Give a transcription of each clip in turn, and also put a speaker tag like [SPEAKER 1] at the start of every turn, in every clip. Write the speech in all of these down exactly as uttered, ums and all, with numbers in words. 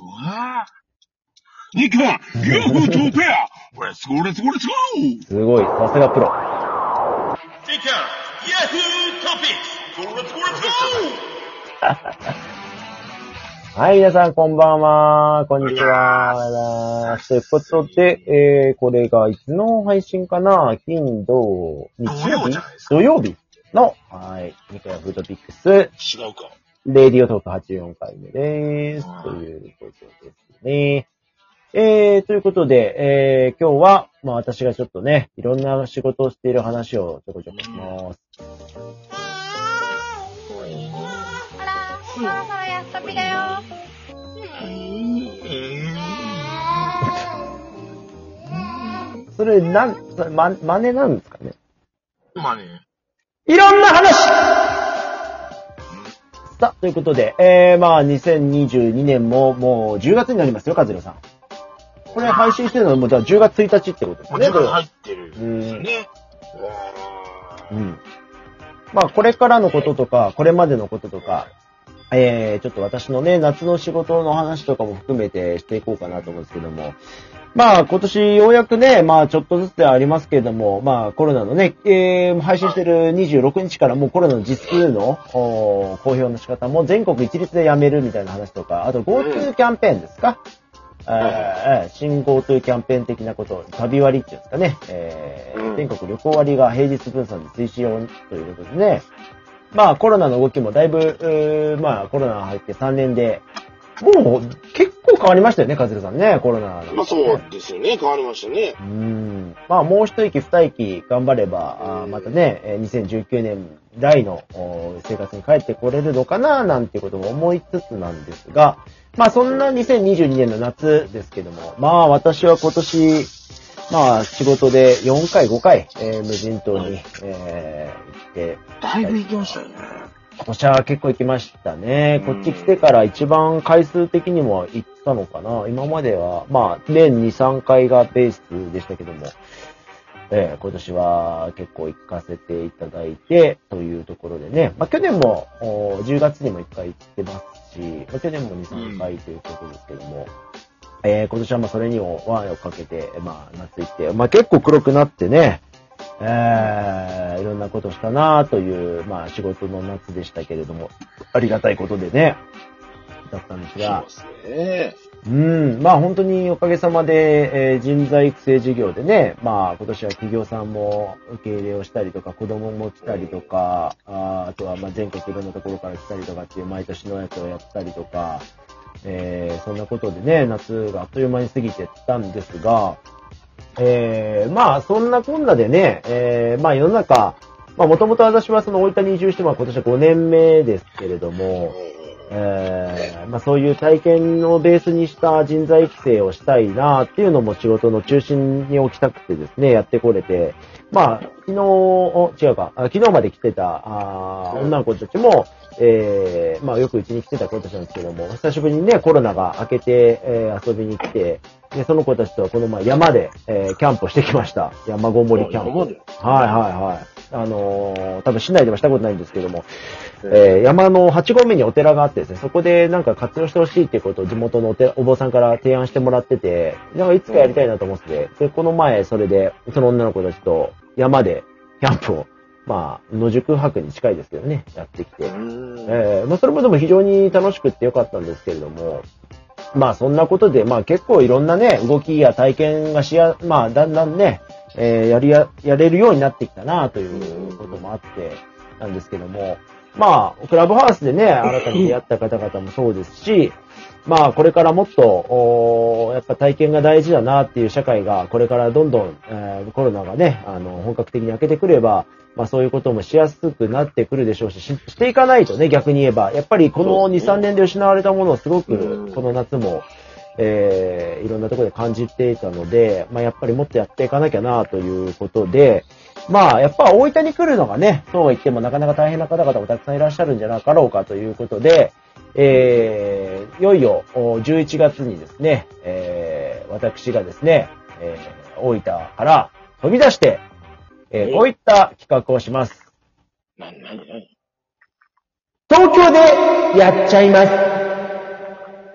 [SPEAKER 1] わぁ。日本、ユーフートゥーペア。レッツゴーレッツゴーレッツゴー。
[SPEAKER 2] すごい、さすがプロ。
[SPEAKER 1] 日本、ヤフートピックス。レッツゴーレッツゴー。
[SPEAKER 2] はい、皆さんこんばんは。こんにちは。ということで、えー、これがいつの配信かな？金、土、日曜日土曜日の、はい、日本ヤフートピックス。
[SPEAKER 1] 違うか。
[SPEAKER 2] レディオトークはちじゅうよんかいめです。ということですね。えー、ということで、えー、今日は、まあ私がちょっとね、いろんな仕事をしている話をちょこちょこします。
[SPEAKER 3] あら、そろそろやっとぴだよ。
[SPEAKER 2] それ、なん、それ、ま、真似なんですかね。
[SPEAKER 1] まあね。
[SPEAKER 2] いろんな話さあ、ということで、えー、まあ、にせんにじゅうにねんも、もう、じゅうがつになりますよ、カズロさん。これ、配信してるのは、もう、じゅうがつついたちってことですね。
[SPEAKER 1] じゅうがつ入ってるんですね。
[SPEAKER 2] うん。まあ、これからのこととか、これまでのこととか、えー、ちょっと私のね、夏の仕事の話とかも含めてしていこうかなと思うんですけども、まあ今年ようやくね、まあちょっとずつではありますけれども、まあコロナのね、えー、配信してるにじゅうろくにちからもうコロナの実数の公表の仕方も全国一律でやめるみたいな話とか、あと GoTo キャンペーンですか、えー、新 GoTo キャンペーン的なこと、旅割っていうんですかね、えー、全国旅行割が平日分散で推進をということでね、まあコロナの動きもだいぶ、まあコロナ入ってさんねんで、もう結構変わりましたよね、カズルさんね、コロナ、ね。
[SPEAKER 1] まあそうですよね、変わりましたね。
[SPEAKER 2] うん。まあもう一息二息頑張れば、あまたね、にせんじゅうきゅうねん来の生活に帰ってこれるのかな、なんていうことも思いつつなんですが、まあそんなにせんにじゅうにねんの夏ですけども、まあ私は今年、まあ仕事でよんかいごかい、えー、無人島に、えー、行って。
[SPEAKER 1] だいぶ行きましたよね。
[SPEAKER 2] 今年は結構行きましたね。こっち来てから一番回数的にも行ったのかな。今までは、まあ年に、さんかいがベースでしたけども、えー、今年は結構行かせていただいて、というところでね。まあ去年もじゅうがつにもいっかい行ってますし、まあ、去年もに、さんかいということですけども、うん、えー、今年はまあそれにも輪をかけて、まあ夏行って、まあ結構黒くなってね、えー、いろんなことしたなという、まあ仕事の夏でしたけれども、ありがたいことでね、だったんですが。
[SPEAKER 1] そうですね。
[SPEAKER 2] うん、まあ本当におかげさまで、えー、人材育成事業でね、まあ今年は企業さんも受け入れをしたりとか、子供も来たりとか、あ, あとはまあ全国いろんなところから来たりとかっていう毎年のやつをやったりとか、えー、そんなことでね、夏があっという間に過ぎてったんですが、えー、まあそんなこんなでね、えー、まあ世の中、まあもともと私はその大分に移住して、まあ今年はごねんめですけれども、えー、まあそういう体験をベースにした人材育成をしたいなっていうのも仕事の中心に置きたくてですね、やってこれて、まあ昨日、違うか、昨日まで来てたあ女の子たちも、えー、まあよくうちに来てた子たちなんですけども、久しぶりにね、コロナが明けて、えー、遊びに来て、で、その子たちとはこの前山で、えー、キャンプをしてきました。山ごもりキャンプ。
[SPEAKER 1] 山で
[SPEAKER 2] はいはいはい。あのー、多分市内ではしたことないんですけども、えー、山のはち合目にお寺があってですね、そこでなんか活用してほしいっていうことを地元のお寺、お坊さんから提案してもらってて、なんかいつかやりたいなと思ってて、で、この前それで、その女の子たちと山でキャンプを、まあ、野宿泊に近いですけどね、やってきて、えー、まあそれもでも非常に楽しくってよかったんですけれども、まあそんなことで、まあ結構いろんなね、動きや体験がしや、まあだんだんね、えー、やりや、やれるようになってきたなということもあってなんですけども、まあ、クラブハウスでね、新たに出会った方々もそうですし、まあこれからもっと、やっぱ体験が大事だなっていう社会が、これからどんどん、えー、コロナがね、あの、本格的に明けてくれば、まあそういうこともしやすくなってくるでしょうし、し、していかないとね、逆に言えば、やっぱりこのに、さんねんで失われたものをすごく、この夏も、えー、いろんなところで感じていたので、まあやっぱりもっとやっていかなきゃなということで、まあやっぱ大分に来るのがね、そうは言ってもなかなか大変な方々もたくさんいらっしゃるんじゃなかろうかということで、えー、いよいよじゅういちがつにですね、えー、私がですね、えー、大分から飛び出して、えー、こういった企画をします。
[SPEAKER 1] なになになに？
[SPEAKER 2] 東京でやっちゃいます。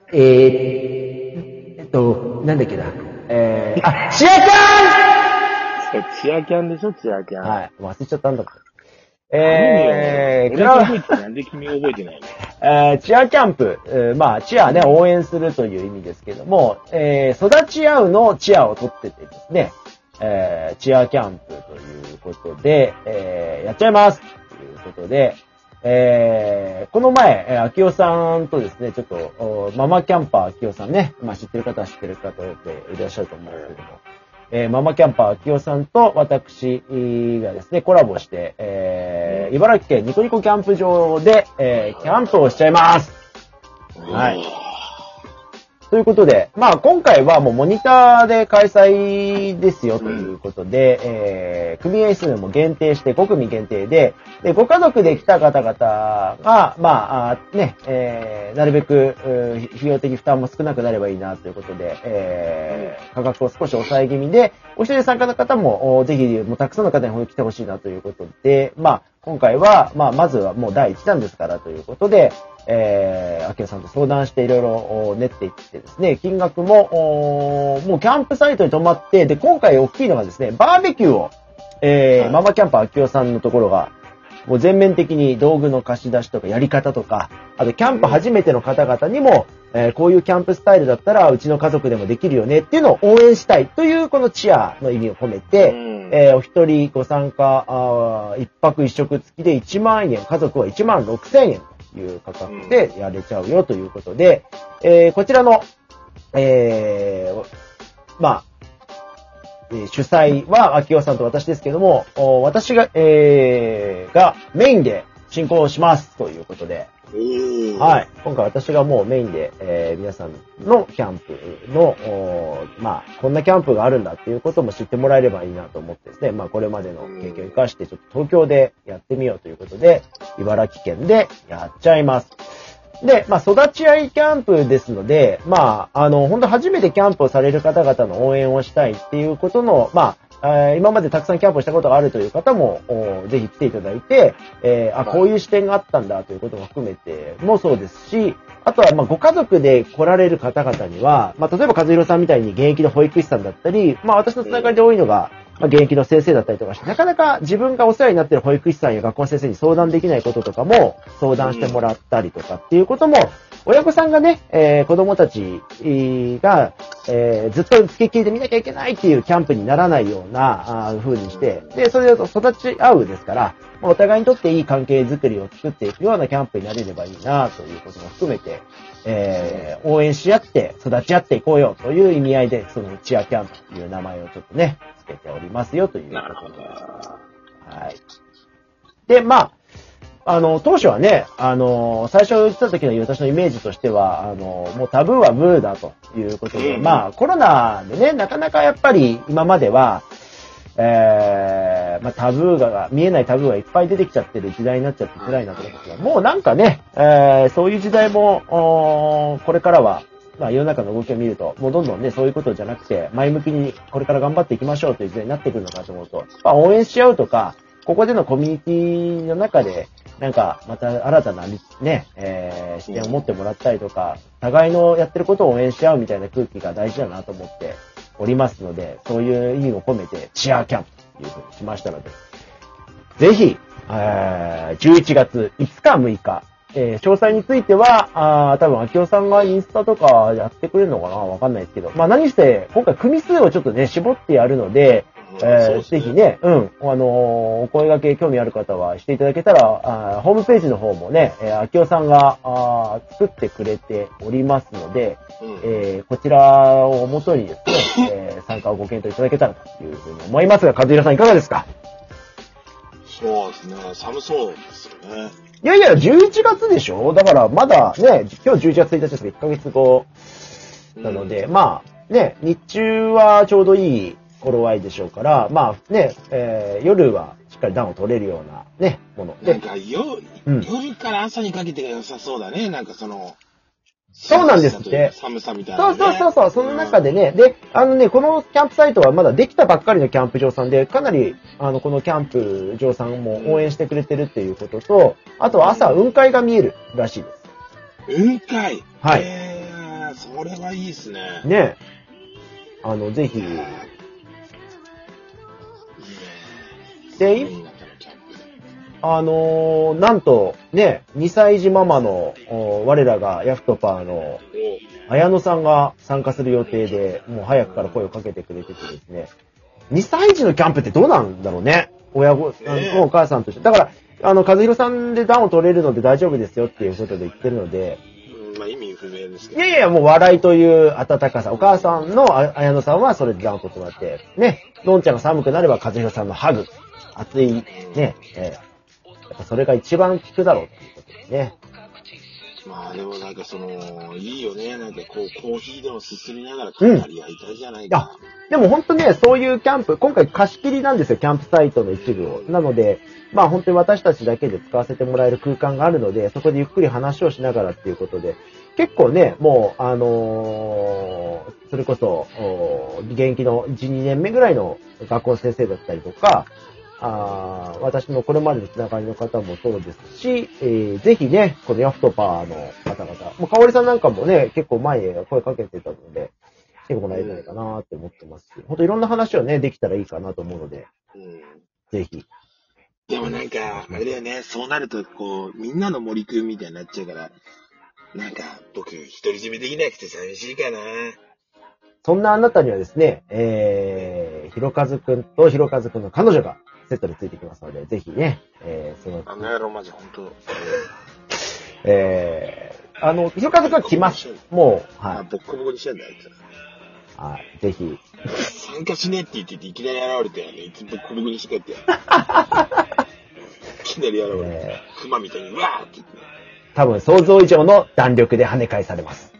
[SPEAKER 2] えー、えっと、なんだっけな。えー、あ、チアキャ
[SPEAKER 4] そう、チアキャンでしょ、チアキャン。
[SPEAKER 2] ンはい。忘れちゃったんだもん。
[SPEAKER 4] えー、
[SPEAKER 2] えー、
[SPEAKER 4] 俺が覚えてなんで君覚えてないの？
[SPEAKER 2] えー、チアキャンプ、えー、まあ、チアね、応援するという意味ですけども、えー、育ち合うのチアを取っててですね、えー、チアキャンプということで、えー、やっちゃいますということで、えー、この前、えー、秋代さんとですね、ちょっと、ママキャンパー秋代さんね、まあ知ってる方は知ってる方でいらっしゃると思うんですけども、えー、ママキャンパー秋代さんと私がですね、コラボして、えー、茨城県ニコニコキャンプ場で、えー、キャンプをしちゃいます。はい。ということで、まあ今回はもうモニターで開催ですよということで、うん、えー、組合数も限定してご組限定で、で、ご家族で来た方々が、まあ、ね、えー、なるべく、費用的負担も少なくなればいいなということで、えー、価格を少し抑え気味で、お一人参加の方も、ぜひ、もうたくさんの方に来てほしいなということで、まあ、今回は、まあ、まずはもうだいいち弾ですからということで、えー、秋代さんと相談していろいろ練っていってですね、金額も、もうキャンプサイトに泊まって、で、今回大きいのがですね、バーベキューを、えー、はい、ママキャンパー秋代さんのところが、もう全面的に道具の貸し出しとかやり方とか、あとキャンプ初めての方々にも、えー、こういうキャンプスタイルだったらうちの家族でもできるよねっていうのを応援したいというこのチアの意味を込めて、えー、お一人ご参加、あ一泊一食付きでいちまんえん、家族はいちまんろくせんえんという価格でやれちゃうよということで、えー、こちらの、えー、まあ、主催は秋代さんと私ですけども、私が、えー、がメインで進行しますということで、はい。今回私がもうメインで、えー、皆さんのキャンプの、まあ、こんなキャンプがあるんだっていうことも知ってもらえればいいなと思ってですね、まあ、これまでの経験を生かして、ちょっと東京でやってみようということで、茨城県でやっちゃいます。で、まあ、育ち合いキャンプですので、まあ、あの、本当初めてキャンプをされる方々の応援をしたいっていうことの、まあ、えー、今までたくさんキャンプをしたことがあるという方も、ぜひ来ていただいて、えー、あ、こういう視点があったんだということも含めてもそうですし、あとは、まあ、ご家族で来られる方々には、まあ、例えば和弘さんみたいに現役の保育士さんだったり、まあ、私のつながりで多いのが、まあ、現役の先生だったりとかして、なかなか自分がお世話になっている保育士さんや学校の先生に相談できないこととかも相談してもらったりとかっていうことも、親御さんがね、えー、子供たちが、えー、ずっと付きっきりで見なきゃいけないっていうキャンプにならないような風にして、で、それを育ち合うですから、お互いにとっていい関係づくりを作っていくようなキャンプになれればいいなということも含めて、えー、応援し合って育ち合っていこうよという意味合いで、そのチアキャンプという名前をちょっとね、つけておりますよという。
[SPEAKER 4] なるほど。
[SPEAKER 2] はい。で、まあ、あの、当初はね、あの、最初言ってた時の私のイメージとしては、あの、もうタブーはムーだということで、うん、まあ、コロナでね、なかなかやっぱり今までは、えー、まあ、タブーが、見えないタブーがいっぱい出てきちゃってる時代になっちゃって辛いなと思うんですが、もうなんかね、えー、そういう時代も、これからは、まあ、世の中の動きを見ると、もうどんどんね、そういうことじゃなくて、前向きにこれから頑張っていきましょうという時代になってくるのかと思うと、まあ、応援し合うとか、ここでのコミュニティの中で、なんか、また新たなね、えー、視点を持ってもらったりとか、互いのやってることを応援し合うみたいな空気が大事だなと思っておりますので、そういう意味を込めて、チアキャンプというふうにしましたので、ぜひ、えー、じゅういちがついつかむいか、えー、詳細については、あ多分、秋代さんがインスタとかやってくれるのかなわかんないですけど、まあ何して、今回組数をちょっとね、絞ってやるので、えー、ぜひね、うん、あのー、お声掛け興味ある方はしていただけたら、あホームページの方もね、えー、秋代さんがあ作ってくれておりますので、うん、えー、こちらをもとにですね、えー、参加をご検討いただけたらというふうに思いますが、和弘さんいかがですか？
[SPEAKER 1] そうですね、寒そうですよね。
[SPEAKER 2] いやいや、じゅういちがつでしょ？だからまだね、今日じゅういちがつついたちですけどいっかげつごなので、うん、まあね、日中はちょうどいい頃合いでしょうから、まあね、えー、夜はしっかり暖を取れるようなね、もので。
[SPEAKER 1] なんか夜、うん、夜から朝にかけてが良さそうだね、なんかその。
[SPEAKER 2] そうなんですって。
[SPEAKER 1] 寒さみたいな、ね。
[SPEAKER 2] そうそうそうそう、その中でね、うん、で、あのね、このキャンプサイトはまだできたばっかりのキャンプ場さんで、かなり、あの、このキャンプ場さんも応援してくれてるっていうことと、あとは朝雲海が見えるらしいです。
[SPEAKER 1] 雲海
[SPEAKER 2] はい。
[SPEAKER 1] えーれはいいですね。
[SPEAKER 2] ね。あの、ぜひ。で、いあのー、なんと、ね、にさい児ママの、我らがヤフトパーの、綾野さんが参加する予定で、もう早くから声をかけてくれててですね、にさい児のキャンプってどうなんだろうね。親御、ね、お母さんとして。だから、あの、和弘さんで暖を取れるので大丈夫ですよっていうことで言ってるので、
[SPEAKER 1] うん、まあ意味不明ですけど。
[SPEAKER 2] いやいや、もう笑いという温かさ。お母さんの綾野さんはそれで暖を取ってもらって、ね、のんちゃんが寒くなれば和弘さんのハグ。熱い、ね、えー、やっぱそれが一番効くだろうっていうことですね。
[SPEAKER 1] まあでもなんかその、いいよね。なんかこう、コーヒーでもすすりながら語り合いたいじゃないか。
[SPEAKER 2] うん、でも本当ね、そういうキャンプ、今回貸し切りなんですよ、キャンプサイトの一部を。なので、まあ本当に私たちだけで使わせてもらえる空間があるので、そこでゆっくり話をしながらっていうことで、結構ね、もう、あのー、それこそ、現役のいち、にねんめぐらいの学校の先生だったりとか、あ私のこれまでのつながりの方もそうですし、えー、ぜひね、このヤフトパーの方々、もうかおりさんなんかもね、結構前声かけてたので、来てもらえないかなって思ってますし、本当いろんな話をね、できたらいいかなと思うので、うん、ぜひ。
[SPEAKER 1] でもなんか、あれだよね、そうなると、こう、みんなの森くんみたいになっちゃうから、なんか、僕、独り占めできなくて寂しいかな。
[SPEAKER 2] そんなあなたにはですね、えー、ひろかずくんとひろかずくんの彼女がセットでついてきますので、ぜひね、えー、その、
[SPEAKER 1] あの野郎マジ本当、
[SPEAKER 2] えー、あの、ひろかずくんは来ます。もう、はい。
[SPEAKER 1] あ、ボッコボコにしてんだよ、あいつら。
[SPEAKER 2] はい、ぜひ。
[SPEAKER 1] 参加しねえって言ってて、いきなり現れて、いつボッコボコにして帰ってやる。いきなり現れて、えー、熊みたいに、うわーって言って。
[SPEAKER 2] 多分想像以上の弾力で跳ね返されます。